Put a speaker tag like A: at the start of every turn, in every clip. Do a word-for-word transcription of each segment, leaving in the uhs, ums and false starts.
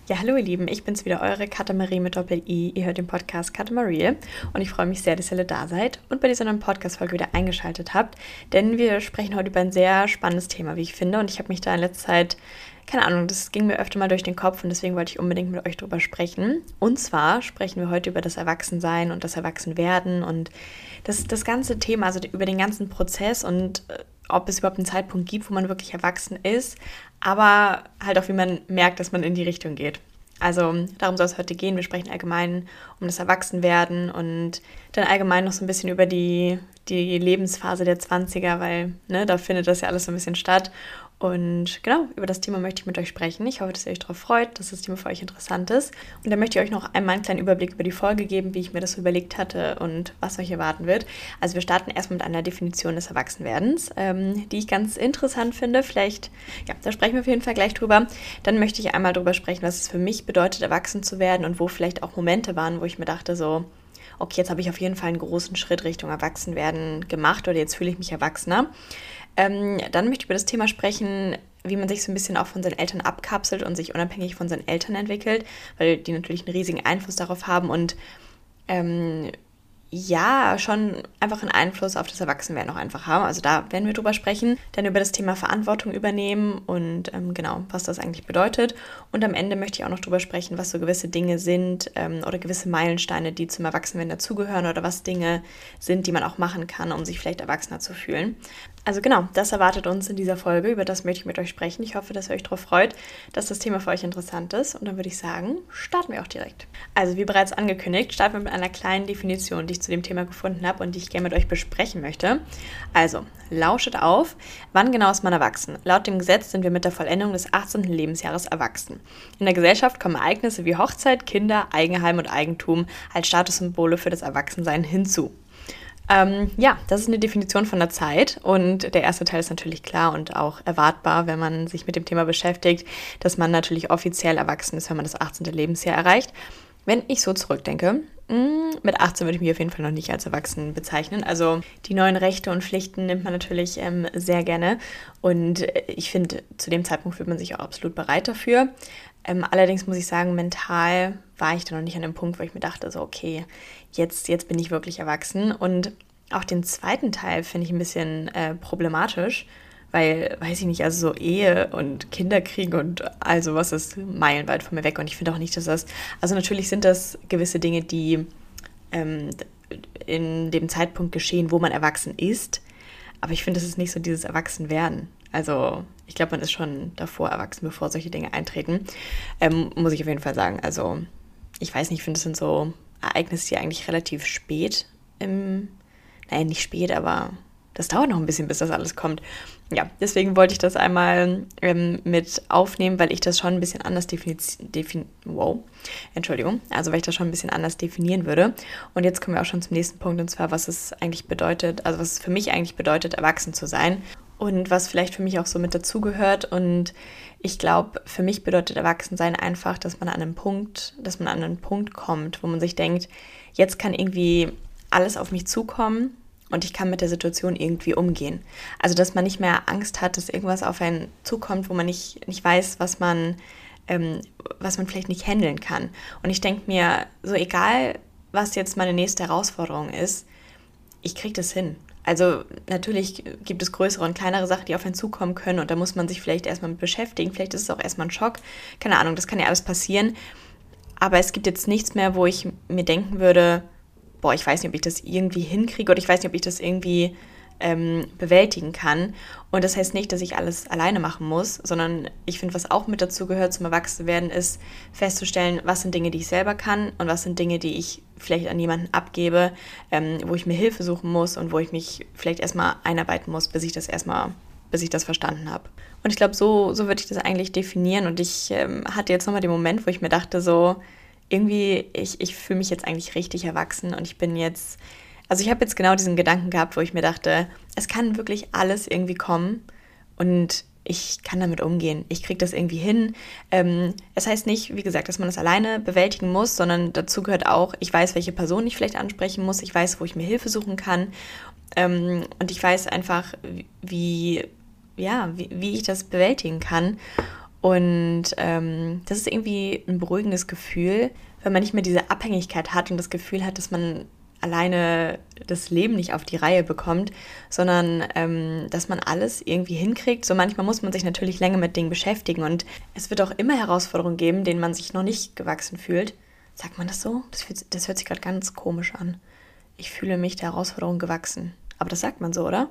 A: Ja, hallo ihr Lieben, ich bin's wieder, eure Katamarie mit Doppel-I. Ihr hört den Podcast Katamarie und ich freue mich sehr, dass ihr alle da seid und bei dieser neuen Podcast-Folge wieder eingeschaltet habt, denn wir sprechen heute über ein sehr spannendes Thema, wie ich finde, und ich habe mich da in letzter Zeit, keine Ahnung, das ging mir öfter mal durch den Kopf und deswegen wollte ich unbedingt mit euch drüber sprechen. Und zwar sprechen wir heute über das Erwachsensein und das Erwachsenwerden und das, das ganze Thema, also über den ganzen Prozess und äh, ob es überhaupt einen Zeitpunkt gibt, wo man wirklich erwachsen ist, aber halt auch, wie man merkt, dass man in die Richtung geht. Also darum soll es heute gehen. Wir sprechen allgemein um das Erwachsenwerden und dann allgemein noch so ein bisschen über die, die Lebensphase der Zwanziger, weil ne, da findet das ja alles so ein bisschen statt. Und genau, über das Thema möchte ich mit euch sprechen. Ich hoffe, dass ihr euch darauf freut, dass das Thema für euch interessant ist. Und dann möchte ich euch noch einmal einen kleinen Überblick über die Folge geben, wie ich mir das so überlegt hatte und was euch erwarten wird. Also wir starten erstmal mit einer Definition des Erwachsenwerdens, ähm, die ich ganz interessant finde. Vielleicht, ja, da sprechen wir auf jeden Fall gleich drüber. Dann möchte ich einmal drüber sprechen, was es für mich bedeutet, erwachsen zu werden und wo vielleicht auch Momente waren, wo ich mir dachte so, okay, jetzt habe ich auf jeden Fall einen großen Schritt Richtung Erwachsenwerden gemacht oder jetzt fühle ich mich erwachsener. Ähm, dann möchte ich über das Thema sprechen, wie man sich so ein bisschen auch von seinen Eltern abkapselt und sich unabhängig von seinen Eltern entwickelt, weil die natürlich einen riesigen Einfluss darauf haben und ähm, ja, schon einfach einen Einfluss auf das Erwachsenwerden auch einfach haben. Also da werden wir drüber sprechen. Dann über das Thema Verantwortung übernehmen und ähm, genau, was das eigentlich bedeutet. Und am Ende möchte ich auch noch drüber sprechen, was so gewisse Dinge sind ähm, oder gewisse Meilensteine, die zum Erwachsenwerden dazugehören oder was Dinge sind, die man auch machen kann, um sich vielleicht erwachsener zu fühlen. Also genau, das erwartet uns in dieser Folge. Über das möchte ich mit euch sprechen. Ich hoffe, dass ihr euch darauf freut, dass das Thema für euch interessant ist. Und dann würde ich sagen, starten wir auch direkt. Also wie bereits angekündigt, starten wir mit einer kleinen Definition, die ich zu dem Thema gefunden habe und die ich gerne mit euch besprechen möchte. Also, lauschet auf. Wann genau ist man erwachsen? Laut dem Gesetz sind wir mit der Vollendung des achtzehnten Lebensjahres erwachsen. In der Gesellschaft kommen Ereignisse wie Hochzeit, Kinder, Eigenheim und Eigentum als Statussymbole für das Erwachsensein hinzu. Ähm, ja, das ist eine Definition von der Zeit und der erste Teil ist natürlich klar und auch erwartbar, wenn man sich mit dem Thema beschäftigt, dass man natürlich offiziell erwachsen ist, wenn man das achtzehnte Lebensjahr erreicht. Wenn ich so zurückdenke, mh, mit achtzehn würde ich mich auf jeden Fall noch nicht als erwachsen bezeichnen. Also die neuen Rechte und Pflichten nimmt man natürlich ähm, sehr gerne und ich finde, zu dem Zeitpunkt fühlt man sich auch absolut bereit dafür. Ähm, allerdings muss ich sagen, mental war ich da noch nicht an dem Punkt, wo ich mir dachte, so okay, jetzt, jetzt bin ich wirklich erwachsen. Und auch den zweiten Teil finde ich ein bisschen äh, problematisch, weil, weiß ich nicht, also so Ehe und Kinderkrieg und all sowas ist meilenweit von mir weg. Und ich finde auch nicht, dass das, also natürlich sind das gewisse Dinge, die ähm, in dem Zeitpunkt geschehen, wo man erwachsen ist. Aber ich finde, das ist nicht so dieses Erwachsenwerden. Also ich glaube, man ist schon davor erwachsen, bevor solche Dinge eintreten. Ähm, muss ich auf jeden Fall sagen. Also ich weiß nicht, ich finde, das sind so Ereignisse, die eigentlich relativ spät im, nein, nicht spät, aber das dauert noch ein bisschen, bis das alles kommt. Ja, deswegen wollte ich das einmal ähm, mit aufnehmen, weil ich das schon ein bisschen anders definieren, defin- wow, Entschuldigung, also weil ich das schon ein bisschen anders definieren würde. Und jetzt kommen wir auch schon zum nächsten Punkt, und zwar, was es eigentlich bedeutet, also was es für mich eigentlich bedeutet, erwachsen zu sein und was vielleicht für mich auch so mit dazugehört. Und ich glaube, für mich bedeutet Erwachsensein einfach, dass man an einen Punkt, dass man an einen Punkt kommt, wo man sich denkt, jetzt kann irgendwie alles auf mich zukommen und ich kann mit der Situation irgendwie umgehen. Also, dass man nicht mehr Angst hat, dass irgendwas auf einen zukommt, wo man nicht, nicht weiß, was man, ähm, was man vielleicht nicht handeln kann. Und ich denke mir, so egal, was jetzt meine nächste Herausforderung ist, ich kriege das hin. Also natürlich gibt es größere und kleinere Sachen, die auf einen zukommen können und da muss man sich vielleicht erstmal mit beschäftigen. Vielleicht ist es auch erstmal ein Schock. Keine Ahnung, das kann ja alles passieren. Aber es gibt jetzt nichts mehr, wo ich mir denken würde, boah, ich weiß nicht, ob ich das irgendwie hinkriege oder ich weiß nicht, ob ich das irgendwie ähm, bewältigen kann. Und das heißt nicht, dass ich alles alleine machen muss, sondern ich finde, was auch mit dazu gehört zum Erwachsenwerden, ist festzustellen, was sind Dinge, die ich selber kann und was sind Dinge, die ich vielleicht an jemanden abgebe, ähm, wo ich mir Hilfe suchen muss und wo ich mich vielleicht erstmal einarbeiten muss, bis ich das erstmal, bis ich das verstanden habe. Und ich glaube, so, so würde ich das eigentlich definieren. Und ich ähm, hatte jetzt nochmal den Moment, wo ich mir dachte, so irgendwie, ich, ich fühle mich jetzt eigentlich richtig erwachsen und ich bin jetzt, also ich habe jetzt genau diesen Gedanken gehabt, wo ich mir dachte, es kann wirklich alles irgendwie kommen und ich kann damit umgehen. Ich kriege das irgendwie hin. Ähm, es heißt nicht, wie gesagt, dass man das alleine bewältigen muss, sondern dazu gehört auch, ich weiß, welche Person ich vielleicht ansprechen muss. Ich weiß, wo ich mir Hilfe suchen kann. Ähm, und ich weiß einfach, wie, ja, wie, wie ich das bewältigen kann. Und ähm, das ist irgendwie ein beruhigendes Gefühl, wenn man nicht mehr diese Abhängigkeit hat und das Gefühl hat, dass man alleine das Leben nicht auf die Reihe bekommt, sondern ähm, dass man alles irgendwie hinkriegt. So manchmal muss man sich natürlich länger mit Dingen beschäftigen und es wird auch immer Herausforderungen geben, denen man sich noch nicht gewachsen fühlt. Sagt man das so? Das, fühlt, das hört sich gerade ganz komisch an. Ich fühle mich der Herausforderung gewachsen. Aber das sagt man so, oder?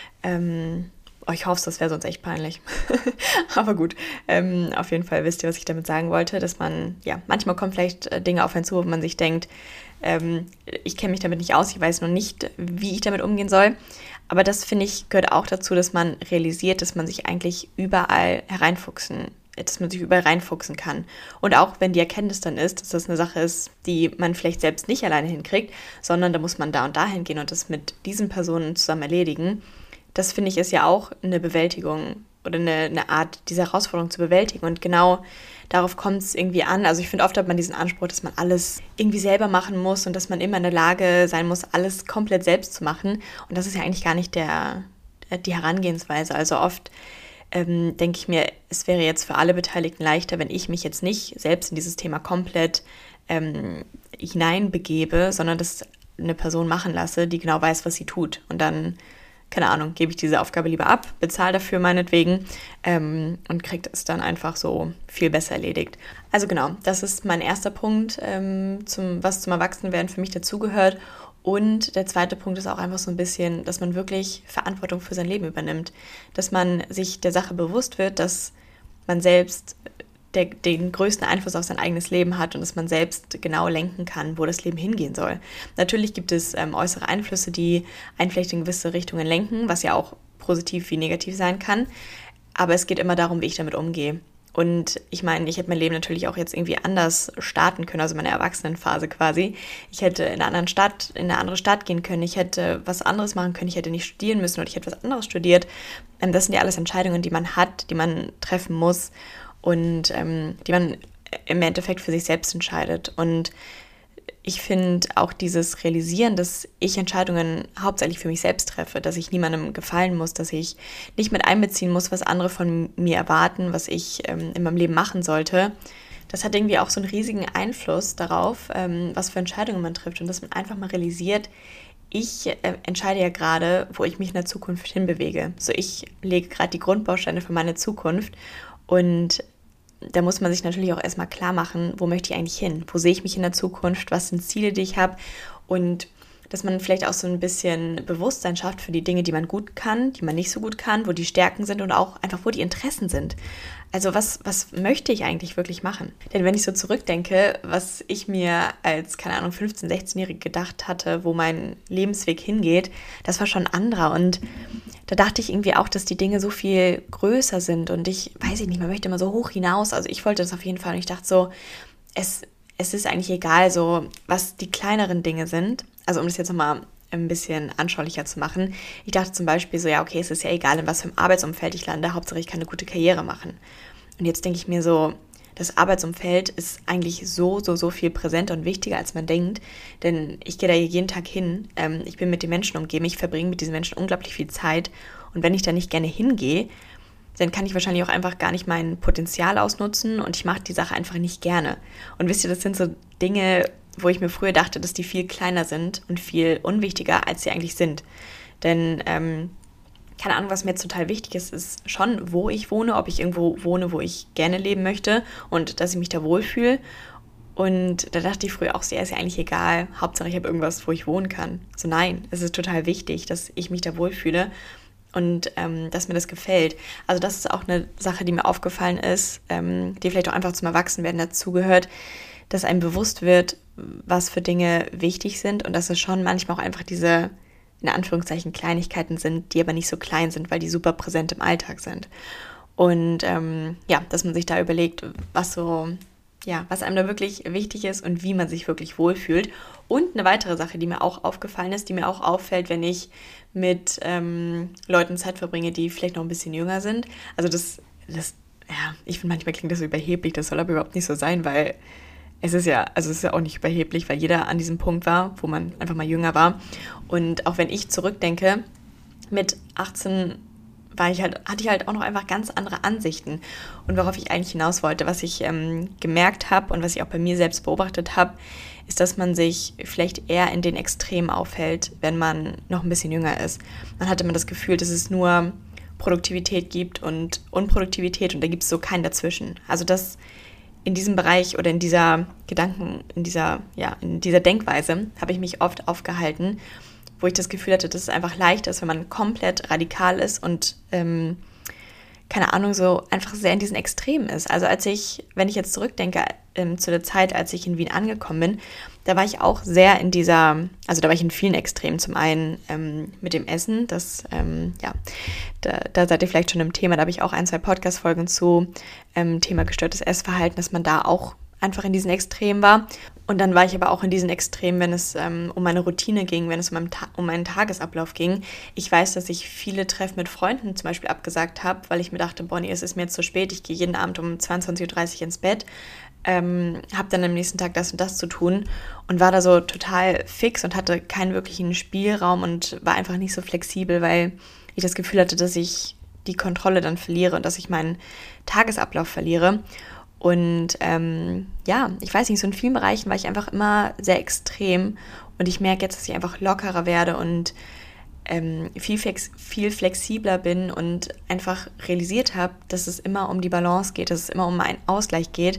A: Ähm, oh, ich hoffe, das wäre sonst echt peinlich. Aber gut, ähm, auf jeden Fall wisst ihr, was ich damit sagen wollte, dass man, ja, manchmal kommen vielleicht äh, Dinge auf einen zu, wo man sich denkt, ähm, ich kenne mich damit nicht aus, ich weiß noch nicht, wie ich damit umgehen soll. Aber das, finde ich, gehört auch dazu, dass man realisiert, dass man sich eigentlich überall hereinfuchsen, dass man sich überall reinfuchsen kann. Und auch wenn die Erkenntnis dann ist, dass das eine Sache ist, die man vielleicht selbst nicht alleine hinkriegt, sondern da muss man da und da hingehen und das mit diesen Personen zusammen erledigen. Das, finde ich, ist ja auch eine Bewältigung oder eine, eine Art, diese Herausforderung zu bewältigen. Und genau darauf kommt es irgendwie an. Also ich finde, oft hat man diesen Anspruch, dass man alles irgendwie selber machen muss und dass man immer in der Lage sein muss, alles komplett selbst zu machen. Und das ist ja eigentlich gar nicht der, die Herangehensweise. Also oft ähm, denke ich mir, es wäre jetzt für alle Beteiligten leichter, wenn ich mich jetzt nicht selbst in dieses Thema komplett ähm, hineinbegebe, sondern das eine Person machen lasse, die genau weiß, was sie tut. Und dann, keine Ahnung, gebe ich diese Aufgabe lieber ab, bezahle dafür meinetwegen ähm, und kriege es dann einfach so viel besser erledigt. Also genau, das ist mein erster Punkt, ähm, zum, was zum Erwachsenwerden für mich dazugehört. Und der zweite Punkt ist auch einfach so ein bisschen, dass man wirklich Verantwortung für sein Leben übernimmt. Dass man sich der Sache bewusst wird, dass man selbst der, den größten Einfluss auf sein eigenes Leben hat und dass man selbst genau lenken kann, wo das Leben hingehen soll. Natürlich gibt es ähm, äußere Einflüsse, die einen vielleicht in gewisse Richtungen lenken, was ja auch positiv wie negativ sein kann. Aber es geht immer darum, wie ich damit umgehe. Und ich meine, ich hätte mein Leben natürlich auch jetzt irgendwie anders starten können, also meine Erwachsenenphase quasi. Ich hätte in einer anderen Stadt, in eine andere Stadt gehen können, ich hätte was anderes machen können, ich hätte nicht studieren müssen oder ich hätte was anderes studiert. Das sind ja alles Entscheidungen, die man hat, die man treffen muss und ähm, die man im Endeffekt für sich selbst entscheidet. Und ich finde auch dieses Realisieren, dass ich Entscheidungen hauptsächlich für mich selbst treffe, dass ich niemandem gefallen muss, dass ich nicht mit einbeziehen muss, was andere von mir erwarten, was ich ähm, in meinem Leben machen sollte. Das hat irgendwie auch so einen riesigen Einfluss darauf, ähm, was für Entscheidungen man trifft und dass man einfach mal realisiert, ich äh, entscheide ja gerade, wo ich mich in der Zukunft hinbewege. So, ich lege gerade die Grundbausteine für meine Zukunft und da muss man sich natürlich auch erstmal klar machen, wo möchte ich eigentlich hin? Wo sehe ich mich in der Zukunft? Was sind Ziele, die ich habe? Und dass man vielleicht auch so ein bisschen Bewusstsein schafft für die Dinge, die man gut kann, die man nicht so gut kann, wo die Stärken sind und auch einfach, wo die Interessen sind. Also was, was möchte ich eigentlich wirklich machen? Denn wenn ich so zurückdenke, was ich mir als, keine Ahnung, fünfzehn-, sechzehnjährige gedacht hatte, wo mein Lebensweg hingeht, das war schon ein anderer. Und da dachte ich irgendwie auch, dass die Dinge so viel größer sind und ich, weiß ich nicht, man möchte immer so hoch hinaus. Also ich wollte das auf jeden Fall und ich dachte so, es, es ist eigentlich egal, so was die kleineren Dinge sind. Also um das jetzt nochmal ein bisschen anschaulicher zu machen. Ich dachte zum Beispiel so, ja, okay, es ist ja egal, in was für einem Arbeitsumfeld ich lande, Hauptsache ich kann eine gute Karriere machen. Und jetzt denke ich mir so, das Arbeitsumfeld ist eigentlich so, so, so viel präsenter und wichtiger, als man denkt, denn ich gehe da jeden Tag hin, ähm, ich bin mit den Menschen umgeben, ich verbringe mit diesen Menschen unglaublich viel Zeit und wenn ich da nicht gerne hingehe, dann kann ich wahrscheinlich auch einfach gar nicht mein Potenzial ausnutzen und ich mache die Sache einfach nicht gerne. Und wisst ihr, das sind so Dinge, wo ich mir früher dachte, dass die viel kleiner sind und viel unwichtiger, als sie eigentlich sind. Denn, ähm, keine Ahnung, was mir jetzt total wichtig ist, ist schon, wo ich wohne, ob ich irgendwo wohne, wo ich gerne leben möchte und dass ich mich da wohlfühle. Und da dachte ich früher auch, ja, ist ja eigentlich egal, Hauptsache ich habe irgendwas, wo ich wohnen kann. So nein, es ist total wichtig, dass ich mich da wohlfühle und ähm, dass mir das gefällt. Also das ist auch eine Sache, die mir aufgefallen ist, ähm, die vielleicht auch einfach zum Erwachsenwerden dazugehört, dass einem bewusst wird, was für Dinge wichtig sind und dass es schon manchmal auch einfach diese, in Anführungszeichen, Kleinigkeiten sind, die aber nicht so klein sind, weil die super präsent im Alltag sind. Und ähm, ja, dass man sich da überlegt, was so, ja, was einem da wirklich wichtig ist und wie man sich wirklich wohlfühlt. Und eine weitere Sache, die mir auch aufgefallen ist, die mir auch auffällt, wenn ich mit ähm, Leuten Zeit verbringe, die vielleicht noch ein bisschen jünger sind. Also das, das, ja, ich finde, manchmal klingt das so überheblich, das soll aber überhaupt nicht so sein, weil es ist ja, also es ist ja auch nicht überheblich, weil jeder an diesem Punkt war, wo man einfach mal jünger war. Und auch wenn ich zurückdenke, mit achtzehn war ich halt, hatte ich halt auch noch einfach ganz andere Ansichten. Und worauf ich eigentlich hinaus wollte, was ich ähm, gemerkt habe und was ich auch bei mir selbst beobachtet habe, ist, dass man sich vielleicht eher in den Extremen aufhält, wenn man noch ein bisschen jünger ist. Man hatte immer das Gefühl, dass es nur Produktivität gibt und Unproduktivität und da gibt es so keinen dazwischen. Also das in diesem Bereich oder in dieser Gedanken, in dieser, ja, in dieser Denkweise habe ich mich oft aufgehalten, wo ich das Gefühl hatte, dass es einfach leichter ist, wenn man komplett radikal ist und, ähm, keine Ahnung, so einfach sehr in diesen Extremen ist. Also als ich, wenn ich jetzt zurückdenke, ähm, zu der Zeit, als ich in Wien angekommen bin, da war ich auch sehr in dieser, also da war ich in vielen Extremen. Zum einen ähm, mit dem Essen, das, ähm, ja, da, da seid ihr vielleicht schon im Thema, da habe ich auch ein, zwei Podcast-Folgen zu, ähm, Thema gestörtes Essverhalten, dass man da auch einfach in diesen Extremen war. Und dann war ich aber auch in diesen Extremen, wenn es ähm, um meine Routine ging, wenn es um, meinen Ta- um meinen Tagesablauf ging. Ich weiß, dass ich viele Treffen mit Freunden zum Beispiel abgesagt habe, weil ich mir dachte, boah, nee, es ist mir jetzt zu spät, ich gehe jeden Abend um zweiundzwanzig Uhr dreißig ins Bett, ähm, habe dann am nächsten Tag das und das zu tun und war da so total fix und hatte keinen wirklichen Spielraum und war einfach nicht so flexibel, weil ich das Gefühl hatte, dass ich die Kontrolle dann verliere und dass ich meinen Tagesablauf verliere. Und ähm, ja, ich weiß nicht, so in vielen Bereichen war ich einfach immer sehr extrem und ich merke jetzt, dass ich einfach lockerer werde und ähm, viel, flex- viel flexibler bin und einfach realisiert habe, dass es immer um die Balance geht, dass es immer um einen Ausgleich geht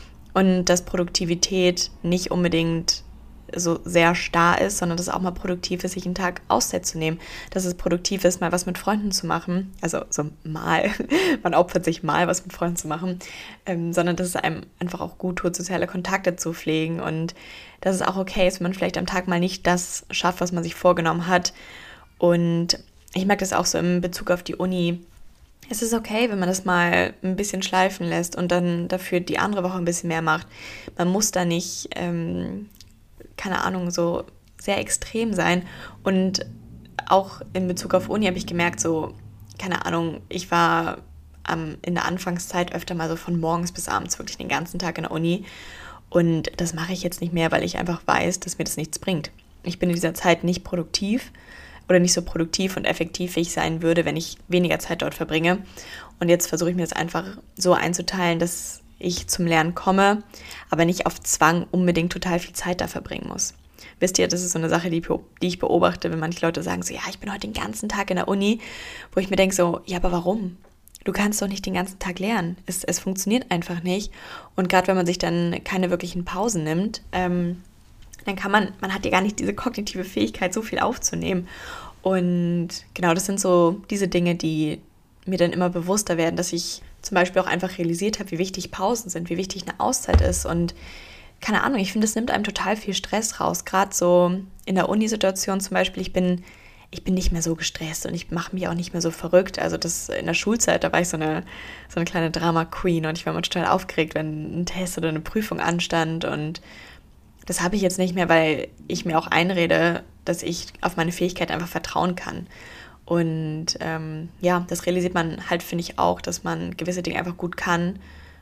A: und dass Produktivität nicht unbedingt so sehr starr ist, sondern dass es auch mal produktiv ist, sich einen Tag Auszeit zu nehmen, dass es produktiv ist, mal was mit Freunden zu machen, also so mal, man opfert sich mal, was mit Freunden zu machen, ähm, sondern dass es einem einfach auch gut tut, soziale Kontakte zu pflegen und dass es auch okay ist, wenn man vielleicht am Tag mal nicht das schafft, was man sich vorgenommen hat. Und ich merke das auch so in Bezug auf die Uni. Es ist okay, wenn man das mal ein bisschen schleifen lässt und dann dafür die andere Woche ein bisschen mehr macht. Man muss da nicht ähm, keine Ahnung, so sehr extrem sein. Und auch in Bezug auf Uni habe ich gemerkt, so, keine Ahnung, ich war ähm, in der Anfangszeit öfter mal so von morgens bis abends wirklich den ganzen Tag in der Uni. Und das mache ich jetzt nicht mehr, weil ich einfach weiß, dass mir das nichts bringt. Ich bin in dieser Zeit nicht produktiv oder nicht so produktiv und effektiv, wie ich sein würde, wenn ich weniger Zeit dort verbringe. Und jetzt versuche ich mir das einfach so einzuteilen, dass ich zum Lernen komme, aber nicht auf Zwang unbedingt total viel Zeit da verbringen muss. Wisst ihr, das ist so eine Sache, die, die ich beobachte, wenn manche Leute sagen so, ja, ich bin heute den ganzen Tag in der Uni, wo ich mir denke so, ja, aber warum? Du kannst doch nicht den ganzen Tag lernen. Es, es funktioniert einfach nicht. Und gerade wenn man sich dann keine wirklichen Pausen nimmt, ähm, dann kann man, man hat ja gar nicht diese kognitive Fähigkeit, so viel aufzunehmen. Und genau, das sind so diese Dinge, die mir dann immer bewusster werden, dass ich zum Beispiel auch einfach realisiert habe, wie wichtig Pausen sind, wie wichtig eine Auszeit ist und keine Ahnung, ich finde, es nimmt einem total viel Stress raus, gerade so in der Uni-Situation zum Beispiel, ich bin, ich bin nicht mehr so gestresst und ich mache mich auch nicht mehr so verrückt, also das in der Schulzeit, da war ich so eine, so eine kleine Drama-Queen und ich war immer total aufgeregt, wenn ein Test oder eine Prüfung anstand und das habe ich jetzt nicht mehr, weil ich mir auch einrede, dass ich auf meine Fähigkeit einfach vertrauen kann. Und ähm, ja, das realisiert man halt, finde ich auch, dass man gewisse Dinge einfach gut kann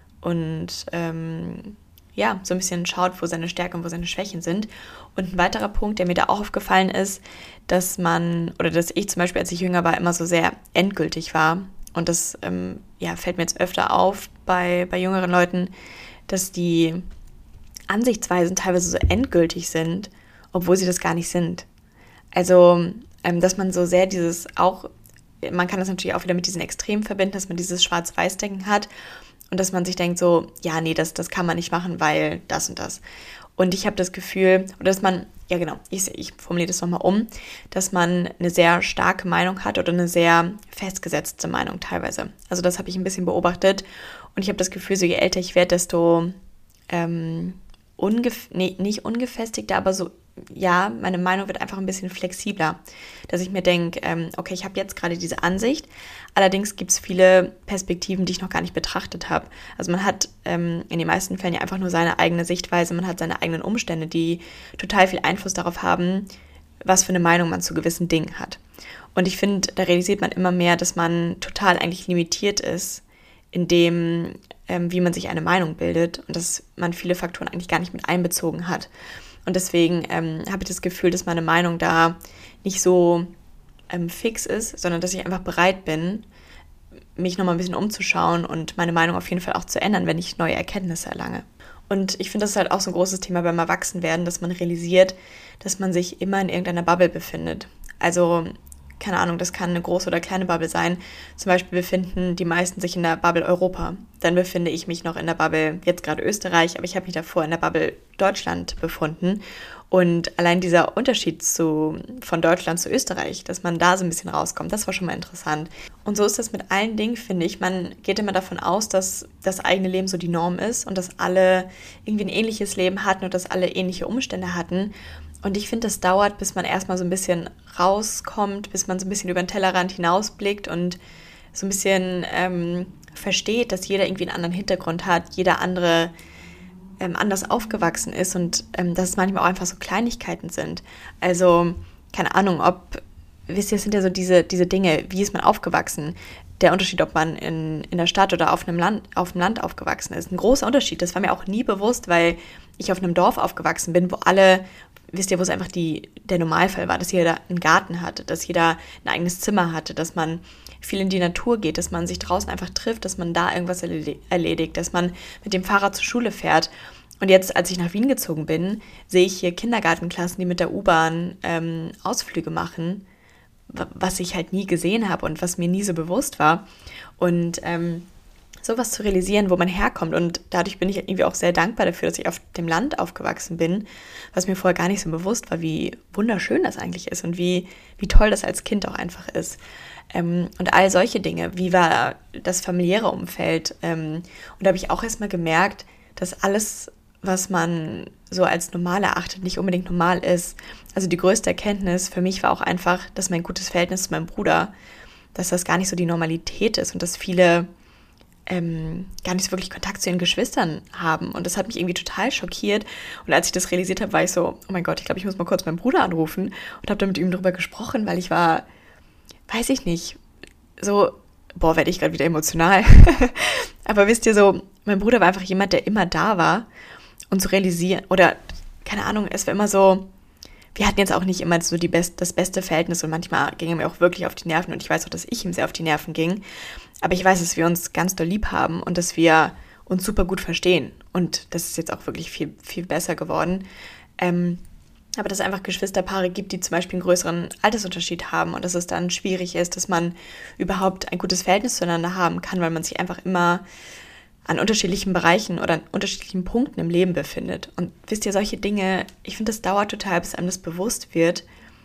A: und ähm, ja, so ein bisschen schaut, wo seine Stärken und wo seine Schwächen sind. Und ein weiterer Punkt, der mir da auch aufgefallen ist, dass man, oder dass ich zum Beispiel, als ich jünger war, immer so sehr endgültig war. Und das ähm, ja, fällt mir jetzt öfter auf bei, bei jüngeren Leuten, dass die Ansichtsweisen teilweise so endgültig sind, obwohl sie das gar nicht sind. Also dass man so sehr dieses auch, man kann das natürlich auch wieder mit diesen Extremen verbinden, dass man dieses Schwarz-Weiß-Denken hat und dass man sich denkt so, ja, nee, das, das kann man nicht machen, weil das und das. Und ich habe das Gefühl, oder dass man, ja genau, ich, ich formuliere das nochmal um, dass man eine sehr starke Meinung hat oder eine sehr festgesetzte Meinung teilweise. Also das habe ich ein bisschen beobachtet und ich habe das Gefühl, so je älter ich werde, desto ähm, ungef- nee, nicht ungefestigter, aber so, ja, meine Meinung wird einfach ein bisschen flexibler, dass ich mir denke, ähm, okay, ich habe jetzt gerade diese Ansicht, allerdings gibt es viele Perspektiven, die ich noch gar nicht betrachtet habe. Also man hat ähm, in den meisten Fällen ja einfach nur seine eigene Sichtweise, man hat seine eigenen Umstände, die total viel Einfluss darauf haben, was für eine Meinung man zu gewissen Dingen hat. Und ich finde, da realisiert man immer mehr, dass man total eigentlich limitiert ist, in dem, ähm, wie man sich eine Meinung bildet und dass man viele Faktoren eigentlich gar nicht mit einbezogen hat. Und deswegen ähm, habe ich das Gefühl, dass meine Meinung da nicht so ähm, fix ist, sondern dass ich einfach bereit bin, mich nochmal ein bisschen umzuschauen und meine Meinung auf jeden Fall auch zu ändern, wenn ich neue Erkenntnisse erlange. Und ich finde, das ist halt auch so ein großes Thema beim Erwachsenwerden, dass man realisiert, dass man sich immer in irgendeiner Bubble befindet. Also, keine Ahnung, das kann eine große oder kleine Bubble sein. Zum Beispiel befinden die meisten sich in der Bubble Europa. Dann befinde ich mich noch in der Bubble, jetzt gerade Österreich, aber ich habe mich davor in der Bubble Deutschland befunden. Und allein dieser Unterschied zu, von Deutschland zu Österreich, dass man da so ein bisschen rauskommt, das war schon mal interessant. Und so ist das mit allen Dingen, finde ich. Man geht immer davon aus, dass das eigene Leben so die Norm ist und dass alle irgendwie ein ähnliches Leben hatten und dass alle ähnliche Umstände hatten. Und ich finde, das dauert, bis man erstmal so ein bisschen rauskommt, bis man so ein bisschen über den Tellerrand hinausblickt und so ein bisschen ähm, versteht, dass jeder irgendwie einen anderen Hintergrund hat, jeder andere ähm, anders aufgewachsen ist und ähm, dass es manchmal auch einfach so Kleinigkeiten sind. Also, keine Ahnung, ob, wisst ihr, es sind ja so diese, diese Dinge, wie ist man aufgewachsen? Der Unterschied, ob man in, in der Stadt oder auf einem Land, auf dem Land aufgewachsen ist. Ein großer Unterschied. Das war mir auch nie bewusst, weil ich auf einem Dorf aufgewachsen bin, wo alle, wisst ihr, wo es einfach die, der Normalfall war, dass jeder einen Garten hatte, dass jeder ein eigenes Zimmer hatte, dass man viel in die Natur geht, dass man sich draußen einfach trifft, dass man da irgendwas erledigt, dass man mit dem Fahrrad zur Schule fährt. Und jetzt, als ich nach Wien gezogen bin, sehe ich hier Kindergartenklassen, die mit der U-Bahn ähm, Ausflüge machen, was ich halt nie gesehen habe und was mir nie so bewusst war. Und ähm, sowas zu realisieren, wo man herkommt. Und dadurch bin ich irgendwie auch sehr dankbar dafür, dass ich auf dem Land aufgewachsen bin, was mir vorher gar nicht so bewusst war, wie wunderschön das eigentlich ist und wie, wie toll das als Kind auch einfach ist. Ähm, und all solche Dinge, wie war das familiäre Umfeld. Ähm, und da habe ich auch erstmal gemerkt, dass alles, was man so als normal erachtet, nicht unbedingt normal ist. Also die größte Erkenntnis für mich war auch einfach, dass mein gutes Verhältnis zu meinem Bruder, dass das gar nicht so die Normalität ist und dass viele ähm, gar nicht so wirklich Kontakt zu ihren Geschwistern haben. Und das hat mich irgendwie total schockiert. Und als ich das realisiert habe, war ich so, oh mein Gott, ich glaube, ich muss mal kurz meinen Bruder anrufen und habe dann mit ihm darüber gesprochen, weil ich war, weiß ich nicht, so, boah, werde ich gerade wieder emotional. Aber wisst ihr so, mein Bruder war einfach jemand, der immer da war. Und zu realisieren, oder keine Ahnung, es war immer so, wir hatten jetzt auch nicht immer so die best, das beste Verhältnis und manchmal ging er mir auch wirklich auf die Nerven und ich weiß auch, dass ich ihm sehr auf die Nerven ging, aber ich weiß, dass wir uns ganz doll lieb haben und dass wir uns super gut verstehen und das ist jetzt auch wirklich viel, viel besser geworden, ähm, aber dass es einfach Geschwisterpaare gibt, die zum Beispiel einen größeren Altersunterschied haben und dass es dann schwierig ist, dass man überhaupt ein gutes Verhältnis zueinander haben kann, weil man sich einfach immer an unterschiedlichen Bereichen oder an unterschiedlichen Punkten im Leben befindet. Und wisst ihr, solche Dinge, ich finde, das dauert total, bis einem das bewusst wird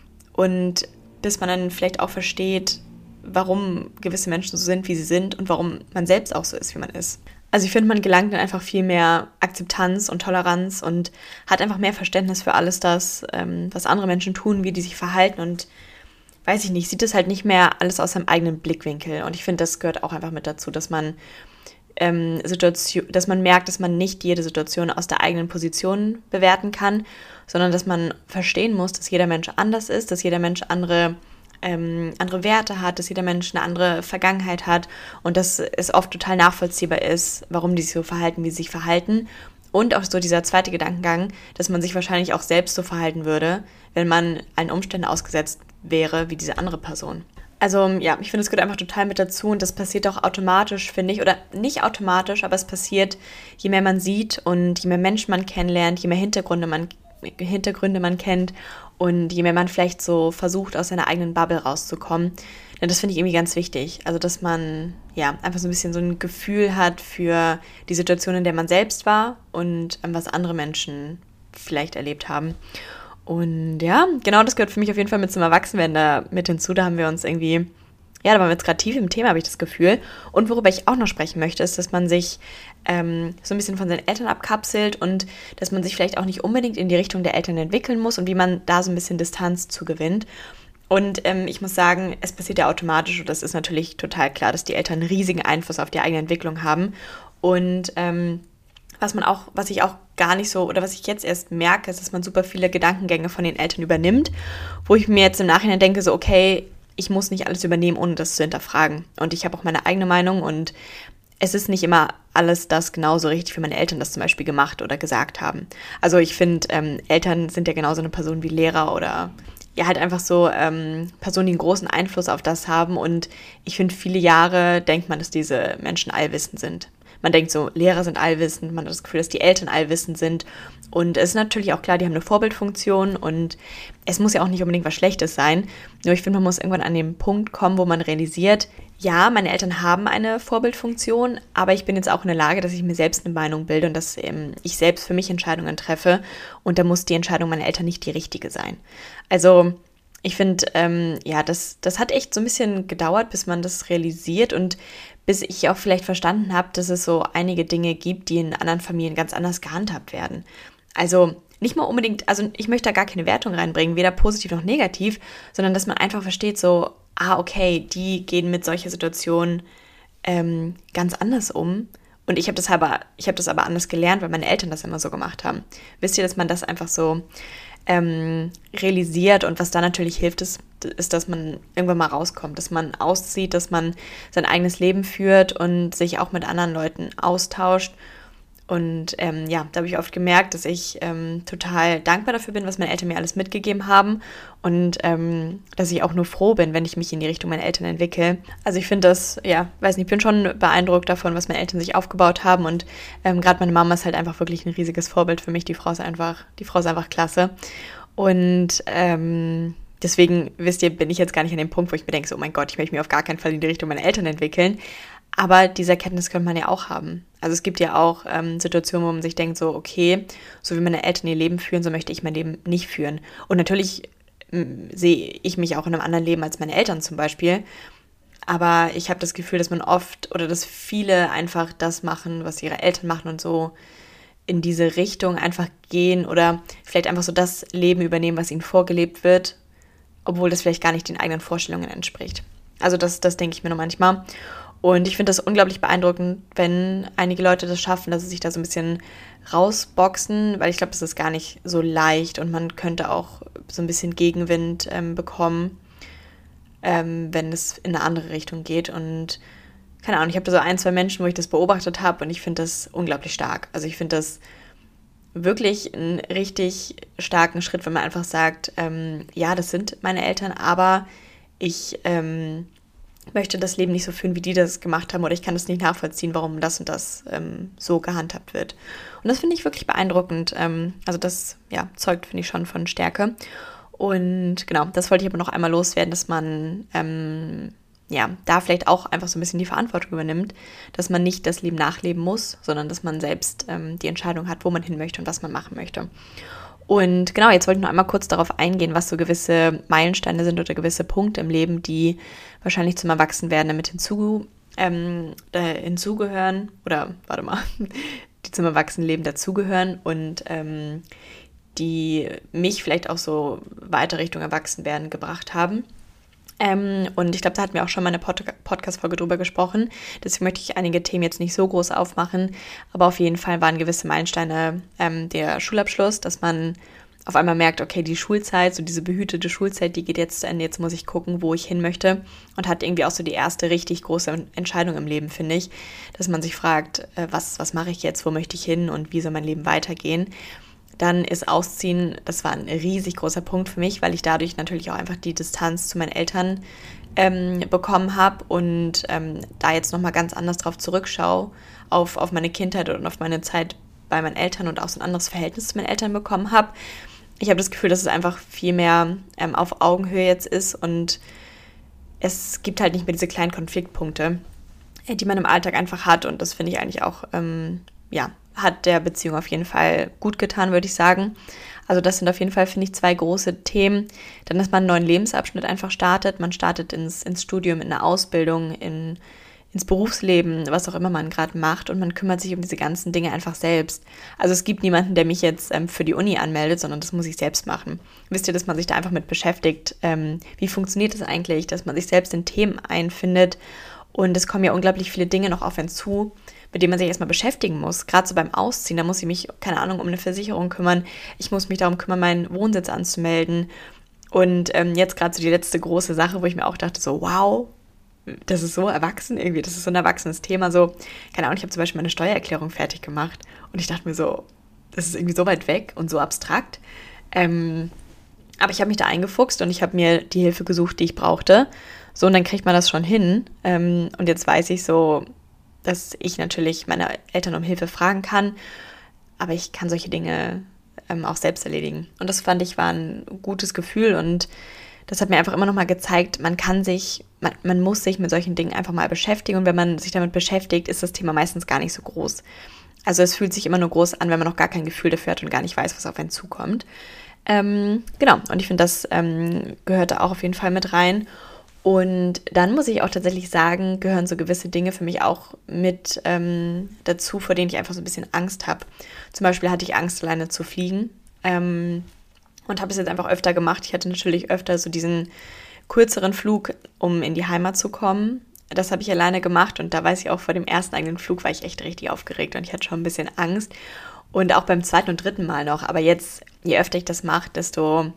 A: und bis man dann vielleicht auch versteht, warum gewisse Menschen so sind, wie sie sind und warum man selbst auch so ist, wie man ist. Also ich finde, man gelangt dann einfach viel mehr Akzeptanz und Toleranz und hat einfach mehr Verständnis für alles das, ähm, was andere Menschen tun, wie die sich verhalten und weiß ich nicht, sieht es halt nicht mehr alles aus seinem eigenen Blickwinkel. Und ich finde, das gehört auch einfach mit dazu, dass man Ähm, Situation, dass man merkt, dass man nicht jede Situation aus der eigenen Position bewerten kann, sondern dass man verstehen muss, dass jeder Mensch anders ist, dass jeder Mensch andere, ähm, andere Werte hat, dass jeder Mensch eine andere Vergangenheit hat und dass es oft total nachvollziehbar ist, warum die sich so verhalten, wie sie sich verhalten. Und auch so dieser zweite Gedankengang, dass man sich wahrscheinlich auch selbst so verhalten würde, wenn man allen Umständen ausgesetzt wäre wie diese andere Person. Also ja, ich finde, es gehört einfach total mit dazu und das passiert auch automatisch, finde ich, oder nicht automatisch, aber es passiert, je mehr man sieht und je mehr Menschen man kennenlernt, je mehr Hintergründe man, Hintergründe man kennt und je mehr man vielleicht so versucht, aus seiner eigenen Bubble rauszukommen. Denn das finde ich irgendwie ganz wichtig, also dass man ja einfach so ein bisschen so ein Gefühl hat für die Situation, in der man selbst war und was andere Menschen vielleicht erlebt haben. Und ja, genau das gehört für mich auf jeden Fall mit zum Erwachsenwerden da mit hinzu. Da haben wir uns irgendwie, ja, da waren wir jetzt gerade tief im Thema, habe ich das Gefühl. Und worüber ich auch noch sprechen möchte, ist, dass man sich ähm, so ein bisschen von seinen Eltern abkapselt und dass man sich vielleicht auch nicht unbedingt in die Richtung der Eltern entwickeln muss und wie man da so ein bisschen Distanz zugewinnt. Und ähm, ich muss sagen, es passiert ja automatisch und das ist natürlich total klar, dass die Eltern einen riesigen Einfluss auf die eigene Entwicklung haben. Und ähm, was man auch, was ich auch gar nicht so, oder was ich jetzt erst merke, ist, dass man super viele Gedankengänge von den Eltern übernimmt, wo ich mir jetzt im Nachhinein denke, so okay, ich muss nicht alles übernehmen, ohne das zu hinterfragen. Und ich habe auch meine eigene Meinung und es ist nicht immer alles das genauso richtig, wie meine Eltern das zum Beispiel gemacht oder gesagt haben. Also ich finde, ähm, Eltern sind ja genauso eine Person wie Lehrer oder ja, halt einfach so ähm, Personen, die einen großen Einfluss auf das haben. Und ich finde, viele Jahre denkt man, dass diese Menschen allwissend sind. Man denkt so, Lehrer sind allwissend, man hat das Gefühl, dass die Eltern allwissend sind. Und es ist natürlich auch klar, die haben eine Vorbildfunktion und es muss ja auch nicht unbedingt was Schlechtes sein. Nur ich finde, man muss irgendwann an den Punkt kommen, wo man realisiert, ja, meine Eltern haben eine Vorbildfunktion, aber ich bin jetzt auch in der Lage, dass ich mir selbst eine Meinung bilde und dass ähm, ich selbst für mich Entscheidungen treffe. Und da muss die Entscheidung meiner Eltern nicht die richtige sein. Also ich finde, ähm, ja, das, das hat echt so ein bisschen gedauert, bis man das realisiert und bis ich auch vielleicht verstanden habe, dass es so einige Dinge gibt, die in anderen Familien ganz anders gehandhabt werden. Also nicht mal unbedingt, also ich möchte da gar keine Wertung reinbringen, weder positiv noch negativ, sondern dass man einfach versteht so, ah, okay, die gehen mit solcher Situation ähm, ganz anders um. Und ich habe das aber, ich habe das aber anders gelernt, weil meine Eltern das immer so gemacht haben. Wisst ihr, dass man das einfach so ähm, realisiert und was da natürlich hilft, ist, ist, dass man irgendwann mal rauskommt, dass man auszieht, dass man sein eigenes Leben führt und sich auch mit anderen Leuten austauscht. Und ähm, ja, da habe ich oft gemerkt, dass ich ähm, total dankbar dafür bin, was meine Eltern mir alles mitgegeben haben und ähm, dass ich auch nur froh bin, wenn ich mich in die Richtung meiner Eltern entwickle. Also ich finde das, ja, weiß nicht, ich bin schon beeindruckt davon, was meine Eltern sich aufgebaut haben und ähm, gerade meine Mama ist halt einfach wirklich ein riesiges Vorbild für mich. Die Frau ist einfach, die Frau ist einfach klasse und ähm, deswegen, wisst ihr, bin ich jetzt gar nicht an dem Punkt, wo ich mir denke, so, oh mein Gott, ich möchte mich auf gar keinen Fall in die Richtung meiner Eltern entwickeln. Aber diese Erkenntnis könnte man ja auch haben. Also es gibt ja auch ähm, Situationen, wo man sich denkt, so okay, so wie meine Eltern ihr Leben führen, so möchte ich mein Leben nicht führen. Und natürlich ähm, sehe ich mich auch in einem anderen Leben als meine Eltern zum Beispiel. Aber ich habe das Gefühl, dass man oft oder dass viele einfach das machen, was ihre Eltern machen und so in diese Richtung einfach gehen oder vielleicht einfach so das Leben übernehmen, was ihnen vorgelebt wird, obwohl das vielleicht gar nicht den eigenen Vorstellungen entspricht. Also das, das denke ich mir nur manchmal. Und ich finde das unglaublich beeindruckend, wenn einige Leute das schaffen, dass sie sich da so ein bisschen rausboxen, weil ich glaube, das ist gar nicht so leicht und man könnte auch so ein bisschen Gegenwind ähm, bekommen, ähm, wenn es in eine andere Richtung geht. Und keine Ahnung, ich habe da so ein, zwei Menschen, wo ich das beobachtet habe und ich finde das unglaublich stark. Also ich finde das wirklich einen richtig starken Schritt, wenn man einfach sagt, ähm, ja, das sind meine Eltern, aber ich ähm, möchte das Leben nicht so führen, wie die das gemacht haben oder ich kann das nicht nachvollziehen, warum das und das ähm, so gehandhabt wird. Und das finde ich wirklich beeindruckend. Ähm, also das ja, zeugt, finde ich, schon von Stärke. Und genau, das wollte ich aber noch einmal loswerden, dass man ähm, ja, da vielleicht auch einfach so ein bisschen die Verantwortung übernimmt, dass man nicht das Leben nachleben muss, sondern dass man selbst ähm, die Entscheidung hat, wo man hin möchte und was man machen möchte. Und genau, jetzt wollte ich noch einmal kurz darauf eingehen, was so gewisse Meilensteine sind oder gewisse Punkte im Leben, die wahrscheinlich zum Erwachsenwerden damit hinzu, ähm, äh, hinzugehören oder, warte mal, die zum Erwachsenenleben dazugehören und ähm, die mich vielleicht auch so weiter Richtung Erwachsenwerden gebracht haben. Ähm, und ich glaube, da hatten wir auch schon mal eine Pod- Podcast-Folge drüber gesprochen. Deswegen möchte ich einige Themen jetzt nicht so groß aufmachen. Aber auf jeden Fall waren gewisse Meilensteine ähm, der Schulabschluss, dass man auf einmal merkt, okay, die Schulzeit, so diese behütete Schulzeit, die geht jetzt zu Ende. Jetzt muss ich gucken, wo ich hin möchte. Und hat irgendwie auch so die erste richtig große Entscheidung im Leben, finde ich. Dass man sich fragt, äh, was, was mache ich jetzt, wo möchte ich hin und wie soll mein Leben weitergehen. Dann ist Ausziehen, das war ein riesig großer Punkt für mich, weil ich dadurch natürlich auch einfach die Distanz zu meinen Eltern ähm, bekommen habe und ähm, da jetzt nochmal ganz anders drauf zurückschaue, auf, auf meine Kindheit und auf meine Zeit bei meinen Eltern und auch so ein anderes Verhältnis zu meinen Eltern bekommen habe. Ich habe das Gefühl, dass es einfach viel mehr ähm, auf Augenhöhe jetzt ist und es gibt halt nicht mehr diese kleinen Konfliktpunkte, die man im Alltag einfach hat und das finde ich eigentlich auch, ähm, ja, hat der Beziehung auf jeden Fall gut getan, würde ich sagen. Also das sind auf jeden Fall, finde ich, zwei große Themen. Dann, dass man einen neuen Lebensabschnitt einfach startet. Man startet ins, ins Studium, in eine Ausbildung, in, ins Berufsleben, was auch immer man gerade macht. Und man kümmert sich um diese ganzen Dinge einfach selbst. Also es gibt niemanden, der mich jetzt ähm, für die Uni anmeldet, sondern das muss ich selbst machen. Wisst ihr, dass man sich da einfach mit beschäftigt? Ähm, wie funktioniert das eigentlich? Dass man sich selbst in Themen einfindet. Und es kommen ja unglaublich viele Dinge noch auf einen zu, mit dem man sich erstmal beschäftigen muss. Gerade so beim Ausziehen, da muss ich mich, keine Ahnung, um eine Versicherung kümmern. Ich muss mich darum kümmern, meinen Wohnsitz anzumelden. Und ähm, jetzt gerade so die letzte große Sache, wo ich mir auch dachte, so wow, das ist so erwachsen irgendwie, das ist so ein erwachsenes Thema. So, keine Ahnung, ich habe zum Beispiel meine Steuererklärung fertig gemacht und ich dachte mir so, das ist irgendwie so weit weg und so abstrakt. Ähm, aber ich habe mich da eingefuchst und ich habe mir die Hilfe gesucht, die ich brauchte. So, und dann kriegt man das schon hin. Ähm, und jetzt weiß ich so, dass ich natürlich meine Eltern um Hilfe fragen kann, aber ich kann solche Dinge ähm, auch selbst erledigen. Und das fand ich war ein gutes Gefühl und das hat mir einfach immer noch mal gezeigt, man kann sich, man, man muss sich mit solchen Dingen einfach mal beschäftigen und wenn man sich damit beschäftigt, ist das Thema meistens gar nicht so groß. Also es fühlt sich immer nur groß an, wenn man noch gar kein Gefühl dafür hat und gar nicht weiß, was auf einen zukommt. Ähm, genau, und ich finde, das ähm, gehört da auch auf jeden Fall mit rein. Und dann muss ich auch tatsächlich sagen, gehören so gewisse Dinge für mich auch mit ähm, dazu, vor denen ich einfach so ein bisschen Angst habe. Zum Beispiel hatte ich Angst, alleine zu fliegen ähm, und habe es jetzt einfach öfter gemacht. Ich hatte natürlich öfter so diesen kürzeren Flug, um in die Heimat zu kommen. Das habe ich alleine gemacht und da weiß ich auch, vor dem ersten eigenen Flug war ich echt richtig aufgeregt und ich hatte schon ein bisschen Angst. Und auch beim zweiten und dritten Mal noch. Aber jetzt, je öfter ich das mache, desto...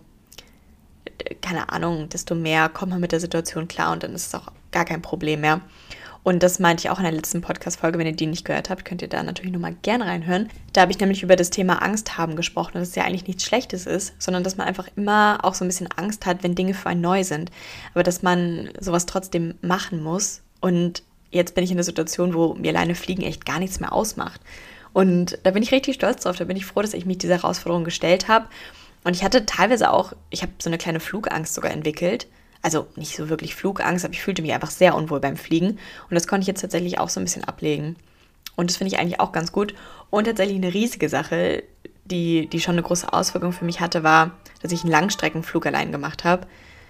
A: keine Ahnung, desto mehr kommt man mit der Situation klar und dann ist es auch gar kein Problem mehr. Und das meinte ich auch in der letzten Podcast-Folge. Wenn ihr die nicht gehört habt, könnt ihr da natürlich nochmal gerne reinhören. Da habe ich nämlich über das Thema Angst haben gesprochen, dass es ja eigentlich nichts Schlechtes ist, sondern dass man einfach immer auch so ein bisschen Angst hat, wenn Dinge für einen neu sind. Aber dass man sowas trotzdem machen muss. Und jetzt bin ich in der Situation, wo mir alleine Fliegen echt gar nichts mehr ausmacht. Und da bin ich richtig stolz drauf. Da bin ich froh, dass ich mich dieser Herausforderung gestellt habe. Und ich hatte teilweise auch, ich habe so eine kleine Flugangst sogar entwickelt. Also nicht so wirklich Flugangst, aber ich fühlte mich einfach sehr unwohl beim Fliegen. Und das konnte ich jetzt tatsächlich auch so ein bisschen ablegen. Und das finde ich eigentlich auch ganz gut. Und tatsächlich eine riesige Sache, die, die schon eine große Auswirkung für mich hatte, war, dass ich einen Langstreckenflug allein gemacht habe.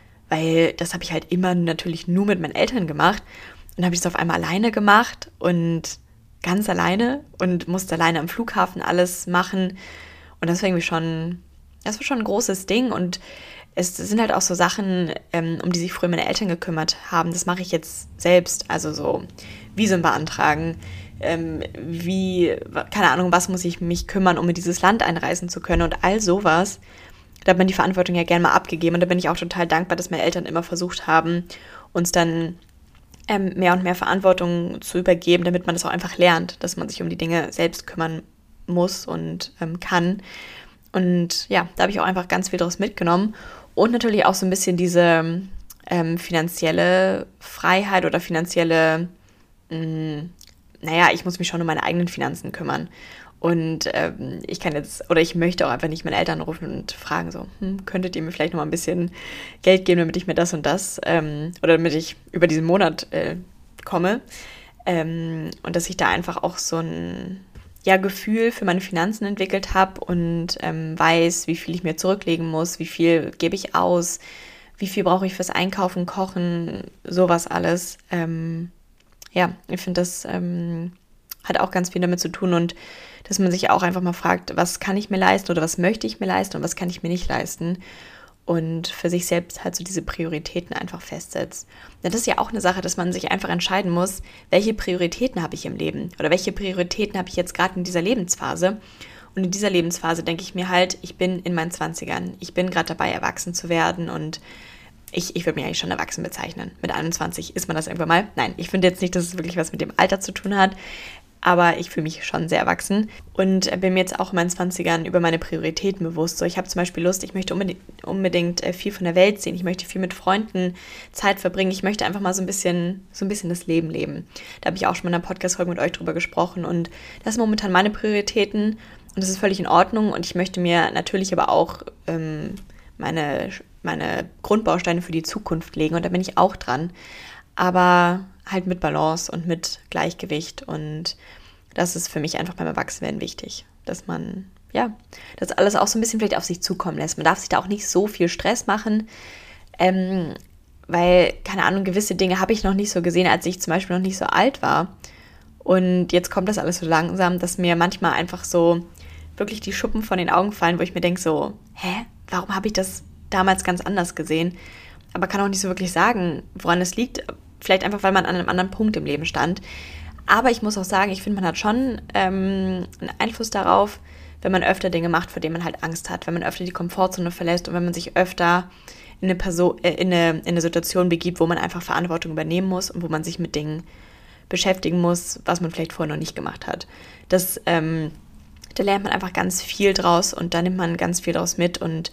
A: Weil das habe ich halt immer natürlich nur mit meinen Eltern gemacht. Und habe ich das auf einmal alleine gemacht und ganz alleine und musste alleine am Flughafen alles machen. Und das war irgendwie schon... Das war schon ein großes Ding und es sind halt auch so Sachen, ähm, um die sich früher meine Eltern gekümmert haben. Das mache ich jetzt selbst, also so Visum beantragen, ähm, wie, keine Ahnung, was muss ich mich kümmern, um in dieses Land einreisen zu können und all sowas. Da hat man die Verantwortung ja gerne mal abgegeben und da bin ich auch total dankbar, dass meine Eltern immer versucht haben, uns dann ähm, mehr und mehr Verantwortung zu übergeben, damit man das auch einfach lernt, dass man sich um die Dinge selbst kümmern muss und ähm, kann. Und ja, da habe ich auch einfach ganz viel draus mitgenommen und natürlich auch so ein bisschen diese ähm, finanzielle Freiheit oder finanzielle, mh, naja, ich muss mich schon um meine eigenen Finanzen kümmern. Und ähm, ich kann jetzt, oder ich möchte auch einfach nicht meine Eltern rufen und fragen so, hm, könntet ihr mir vielleicht noch mal ein bisschen Geld geben, damit ich mir das und das, ähm, oder damit ich über diesen Monat äh, komme. Ähm, und dass ich da einfach auch so ein... ja, Gefühl für meine Finanzen entwickelt habe und ähm, weiß, wie viel ich mir zurücklegen muss, wie viel gebe ich aus, wie viel brauche ich fürs Einkaufen, Kochen, sowas alles. Ähm, ja, ich finde, das ähm, hat auch ganz viel damit zu tun und dass man sich auch einfach mal fragt, was kann ich mir leisten oder was möchte ich mir leisten und was kann ich mir nicht leisten. Und für sich selbst halt so diese Prioritäten einfach festsetzt. Denn das ist ja auch eine Sache, dass man sich einfach entscheiden muss, welche Prioritäten habe ich im Leben oder welche Prioritäten habe ich jetzt gerade in dieser Lebensphase. Und in dieser Lebensphase denke ich mir halt, ich bin in meinen Zwanzigern, ich bin gerade dabei, erwachsen zu werden und ich, ich würde mich eigentlich schon erwachsen bezeichnen. Mit einundzwanzig ist man das irgendwann mal. Nein, ich finde jetzt nicht, dass es wirklich was mit dem Alter zu tun hat. Aber ich fühle mich schon sehr erwachsen und bin mir jetzt auch in meinen Zwanzigern über meine Prioritäten bewusst. So, ich habe zum Beispiel Lust, ich möchte unbedingt, unbedingt viel von der Welt sehen, ich möchte viel mit Freunden Zeit verbringen, ich möchte einfach mal so ein bisschen, so ein bisschen das Leben leben. Da habe ich auch schon mal in einer Podcast-Folge mit euch drüber gesprochen und das sind momentan meine Prioritäten und das ist völlig in Ordnung und ich möchte mir natürlich aber auch ähm, meine, meine Grundbausteine für die Zukunft legen und da bin ich auch dran. Aber halt mit Balance und mit Gleichgewicht und das ist für mich einfach beim Erwachsenwerden wichtig, dass man, ja, das alles auch so ein bisschen vielleicht auf sich zukommen lässt. Man darf sich da auch nicht so viel Stress machen, ähm, weil, keine Ahnung, gewisse Dinge habe ich noch nicht so gesehen, als ich zum Beispiel noch nicht so alt war und jetzt kommt das alles so langsam, dass mir manchmal einfach so wirklich die Schuppen von den Augen fallen, wo ich mir denke so, hä, warum habe ich das damals ganz anders gesehen? Aber kann auch nicht so wirklich sagen, woran es liegt. Vielleicht einfach, weil man an einem anderen Punkt im Leben stand. Aber ich muss auch sagen, ich finde, man hat schon ähm, einen Einfluss darauf, wenn man öfter Dinge macht, vor denen man halt Angst hat, wenn man öfter die Komfortzone verlässt und wenn man sich öfter in eine, Person, äh, in eine, in eine Situation begibt, wo man einfach Verantwortung übernehmen muss und wo man sich mit Dingen beschäftigen muss, was man vielleicht vorher noch nicht gemacht hat. Das, ähm, da lernt man einfach ganz viel draus und da nimmt man ganz viel draus mit und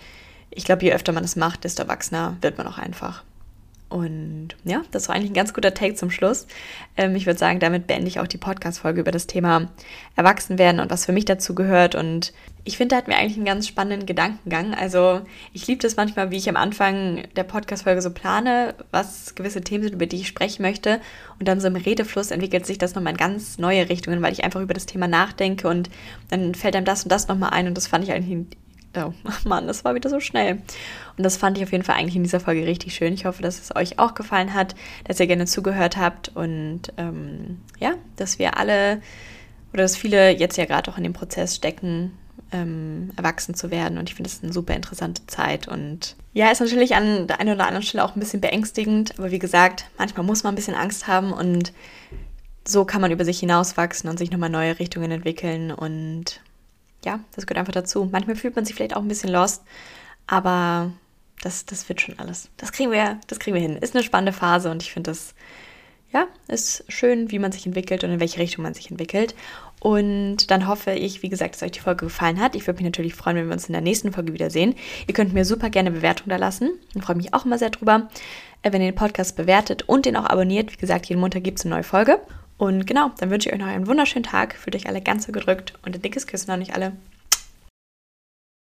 A: ich glaube, je öfter man es macht, desto erwachsener wird man auch einfach. Und ja, das war eigentlich ein ganz guter Take zum Schluss. Ähm, ich würde sagen, damit beende ich auch die Podcast-Folge über das Thema Erwachsenwerden und was für mich dazu gehört. Und ich finde, da hatten wir eigentlich einen ganz spannenden Gedankengang. Also ich liebe das manchmal, wie ich am Anfang der Podcast-Folge so plane, was gewisse Themen sind, über die ich sprechen möchte. Und dann so im Redefluss entwickelt sich das nochmal in ganz neue Richtungen, weil ich einfach über das Thema nachdenke und dann fällt einem das und das nochmal ein. Und das fand ich eigentlich Oh Mann, das war wieder so schnell. Und das fand ich auf jeden Fall eigentlich in dieser Folge richtig schön. Ich hoffe, dass es euch auch gefallen hat, dass ihr gerne zugehört habt und ähm, ja, dass wir alle oder dass viele jetzt ja gerade auch in dem Prozess stecken, ähm, erwachsen zu werden. Und ich finde, das ist eine super interessante Zeit. Und ja, ist natürlich an der einen oder anderen Stelle auch ein bisschen beängstigend. Aber wie gesagt, manchmal muss man ein bisschen Angst haben und so kann man über sich hinauswachsen und sich nochmal neue Richtungen entwickeln und ja, das gehört einfach dazu. Manchmal fühlt man sich vielleicht auch ein bisschen lost, aber das, das wird schon alles. Das kriegen wir, das kriegen wir hin. Ist eine spannende Phase und ich finde das, ja, ist schön, wie man sich entwickelt und in welche Richtung man sich entwickelt. Und dann hoffe ich, wie gesagt, dass euch die Folge gefallen hat. Ich würde mich natürlich freuen, wenn wir uns in der nächsten Folge wiedersehen. Ihr könnt mir super gerne eine Bewertung da lassen. Ich freue mich auch immer sehr drüber, wenn ihr den Podcast bewertet und den auch abonniert. Wie gesagt, jeden Montag gibt es eine neue Folge. Und genau, dann wünsche ich euch noch einen wunderschönen Tag. Fühlt euch alle ganz so gedrückt und ein dickes Küssen an euch alle.